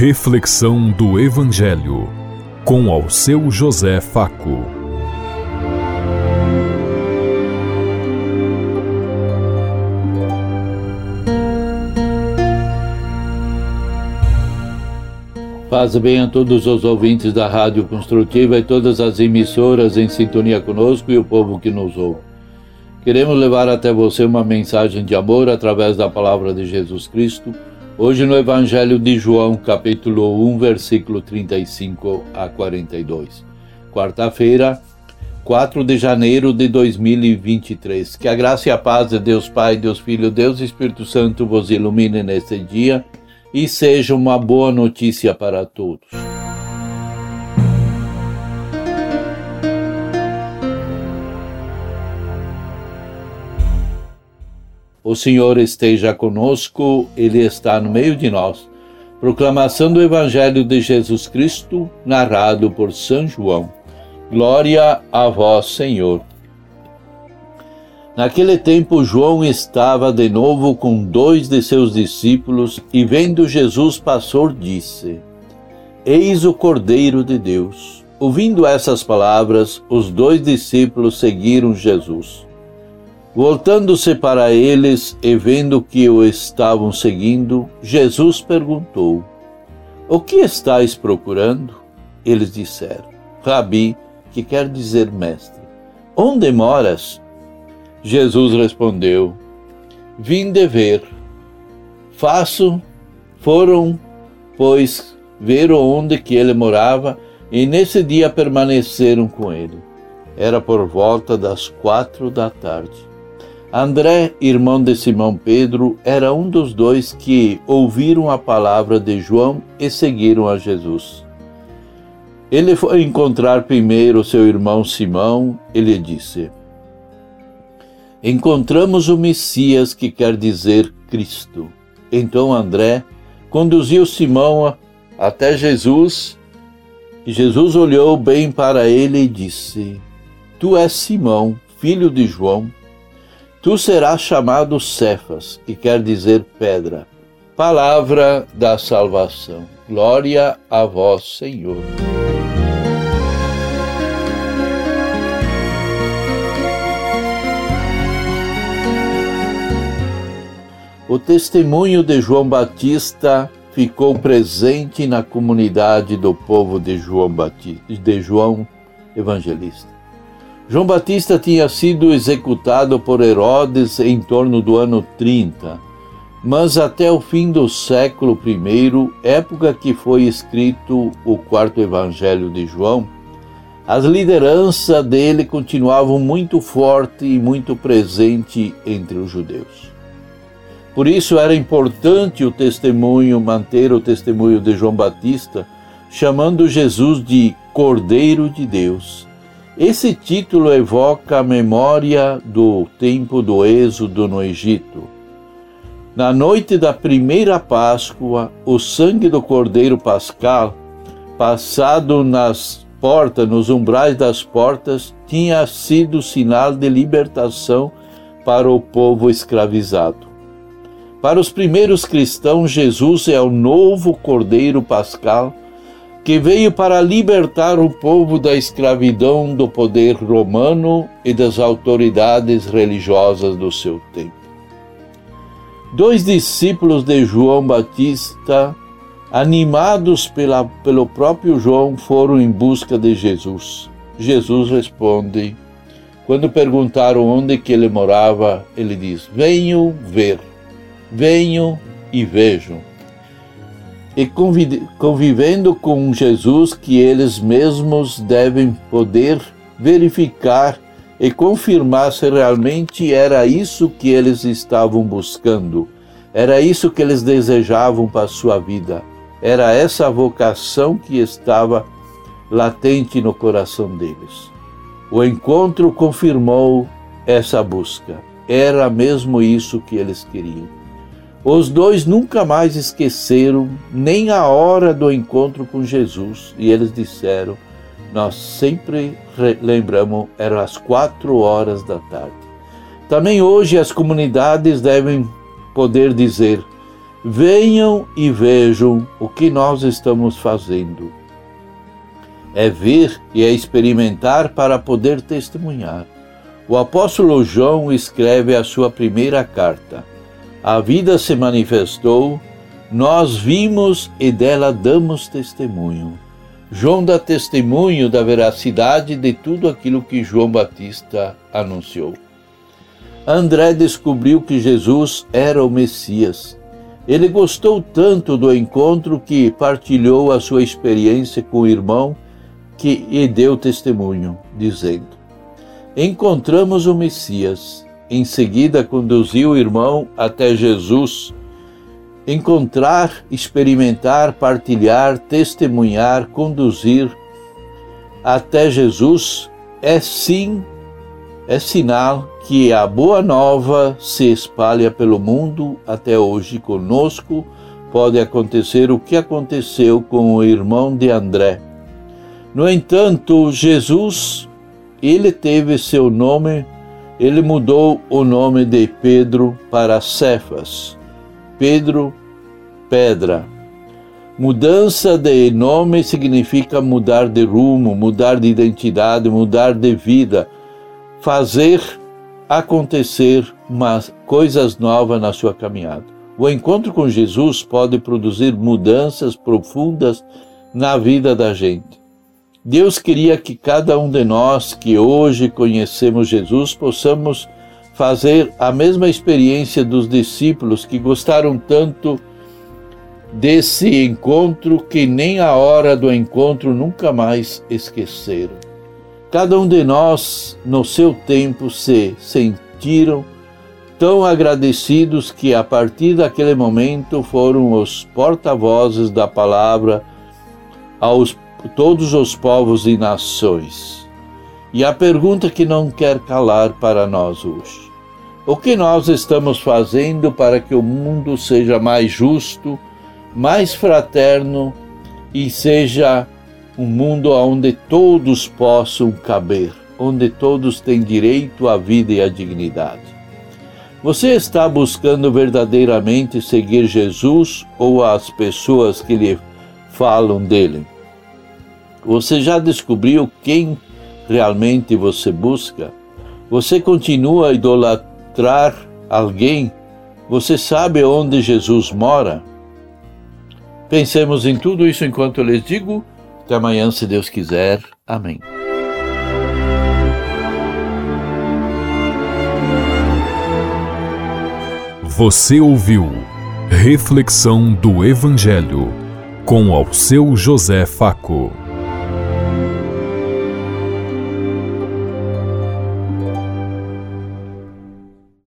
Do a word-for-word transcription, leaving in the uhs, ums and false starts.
Reflexão do Evangelho, com ao seu José Faco. Paz bem a todos os ouvintes da Rádio Construtiva e todas as emissoras em sintonia conosco e o povo que nos ouve. Queremos levar até você uma mensagem de amor através da palavra de Jesus Cristo, hoje no Evangelho de João, capítulo um, versículo trinta e cinco a quarenta e dois. Quarta-feira, quatro de janeiro de dois mil e vinte e três. Que a graça e a paz de Deus Pai, Deus Filho, Deus Espírito Santo vos ilumine neste dia e seja uma boa notícia para todos. O Senhor esteja conosco, Ele está no meio de nós. Proclamação do Evangelho de Jesus Cristo, narrado por São João. Glória a vós, Senhor. Naquele tempo, João estava de novo com dois de seus discípulos e, vendo Jesus passar, disse: Eis o Cordeiro de Deus. Ouvindo essas palavras, os dois discípulos seguiram Jesus. Voltando-se para eles e vendo que o estavam seguindo, Jesus perguntou: O que estáis procurando? Eles disseram: Rabi, que quer dizer mestre, onde moras? Jesus respondeu: Vim de ver. Faço, foram, pois, ver onde que ele morava, e nesse dia permaneceram com ele. Era por volta das quatro da tarde. André, irmão de Simão Pedro, era um dos dois que ouviram a palavra de João e seguiram a Jesus. Ele foi encontrar primeiro seu irmão Simão e lhe disse: Encontramos o Messias, que quer dizer Cristo. Então André conduziu Simão até Jesus, e Jesus olhou bem para ele e disse: Tu és Simão, filho de João. Tu serás chamado Cefas, que quer dizer pedra. Palavra da salvação. Glória a vós, Senhor. O testemunho de João Batista ficou presente na comunidade do povo de João Batista, de João Evangelista. João Batista tinha sido executado por Herodes em torno do ano trinta, mas até o fim do século primeiro, época que foi escrito o quarto Evangelho de João, as lideranças dele continuavam muito forte e muito presente entre os judeus. Por isso era importante o testemunho, manter o testemunho de João Batista, chamando Jesus de Cordeiro de Deus. Esse título evoca a memória do tempo do êxodo no Egito. Na noite da primeira Páscoa, o sangue do Cordeiro Pascal, passado nas portas, nos umbrais das portas, tinha sido sinal de libertação para o povo escravizado. Para os primeiros cristãos, Jesus é o novo Cordeiro Pascal, que veio para libertar o povo da escravidão do poder romano e das autoridades religiosas do seu tempo. Dois discípulos de João Batista, animados pela, pelo próprio João, foram em busca de Jesus. Jesus responde. Quando perguntaram onde que ele morava, ele diz: Venham ver, venham e vejam. E convivendo com Jesus, que eles mesmos devem poder verificar e confirmar se realmente era isso que eles estavam buscando, era isso que eles desejavam para a sua vida, era essa vocação que estava latente no coração deles. O encontro confirmou essa busca, era mesmo isso que eles queriam. Os dois nunca mais esqueceram nem a hora do encontro com Jesus. E eles disseram, nós sempre lembramos, eram as quatro horas da tarde. Também hoje as comunidades devem poder dizer, Venham e vejam o que nós estamos fazendo. É ver e é experimentar para poder testemunhar. O apóstolo João escreve a sua primeira carta. A vida se manifestou, nós vimos e dela damos testemunho. João dá testemunho da veracidade de tudo aquilo que João Batista anunciou. André descobriu que Jesus era o Messias. Ele gostou tanto do encontro que partilhou a sua experiência com o irmão que lhe deu testemunho, dizendo: encontramos o Messias. Em seguida, conduziu o irmão até Jesus. Encontrar, experimentar, partilhar, testemunhar, conduzir até Jesus é sim, é sinal que a boa nova se espalha pelo mundo até hoje. Conosco pode acontecer o que aconteceu com o irmão de André. No entanto, Jesus, ele teve seu nome, ele mudou o nome de Pedro para Cefas. Pedro, pedra. Mudança de nome significa mudar de rumo, mudar de identidade, mudar de vida, fazer acontecer umas coisas novas na sua caminhada. O encontro com Jesus pode produzir mudanças profundas na vida da gente. Deus queria que cada um de nós que hoje conhecemos Jesus possamos fazer a mesma experiência dos discípulos que gostaram tanto desse encontro que nem a hora do encontro nunca mais esqueceram. Cada um de nós, no seu tempo, se sentiram tão agradecidos que a partir daquele momento foram os porta-vozes da palavra aos todos os povos e nações. E a pergunta que não quer calar para nós hoje: o que nós estamos fazendo para que o mundo seja mais justo, mais fraterno e seja um mundo onde todos possam caber, onde todos têm direito à vida e à dignidade? Você está buscando verdadeiramente seguir Jesus ou as pessoas que lhe falam dele? Você já descobriu quem realmente você busca? Você continua a idolatrar alguém? Você sabe onde Jesus mora? Pensemos em tudo isso enquanto eu lhes digo. Até amanhã, se Deus quiser. Amém. Você ouviu Reflexão do Evangelho com ao seu José Faco.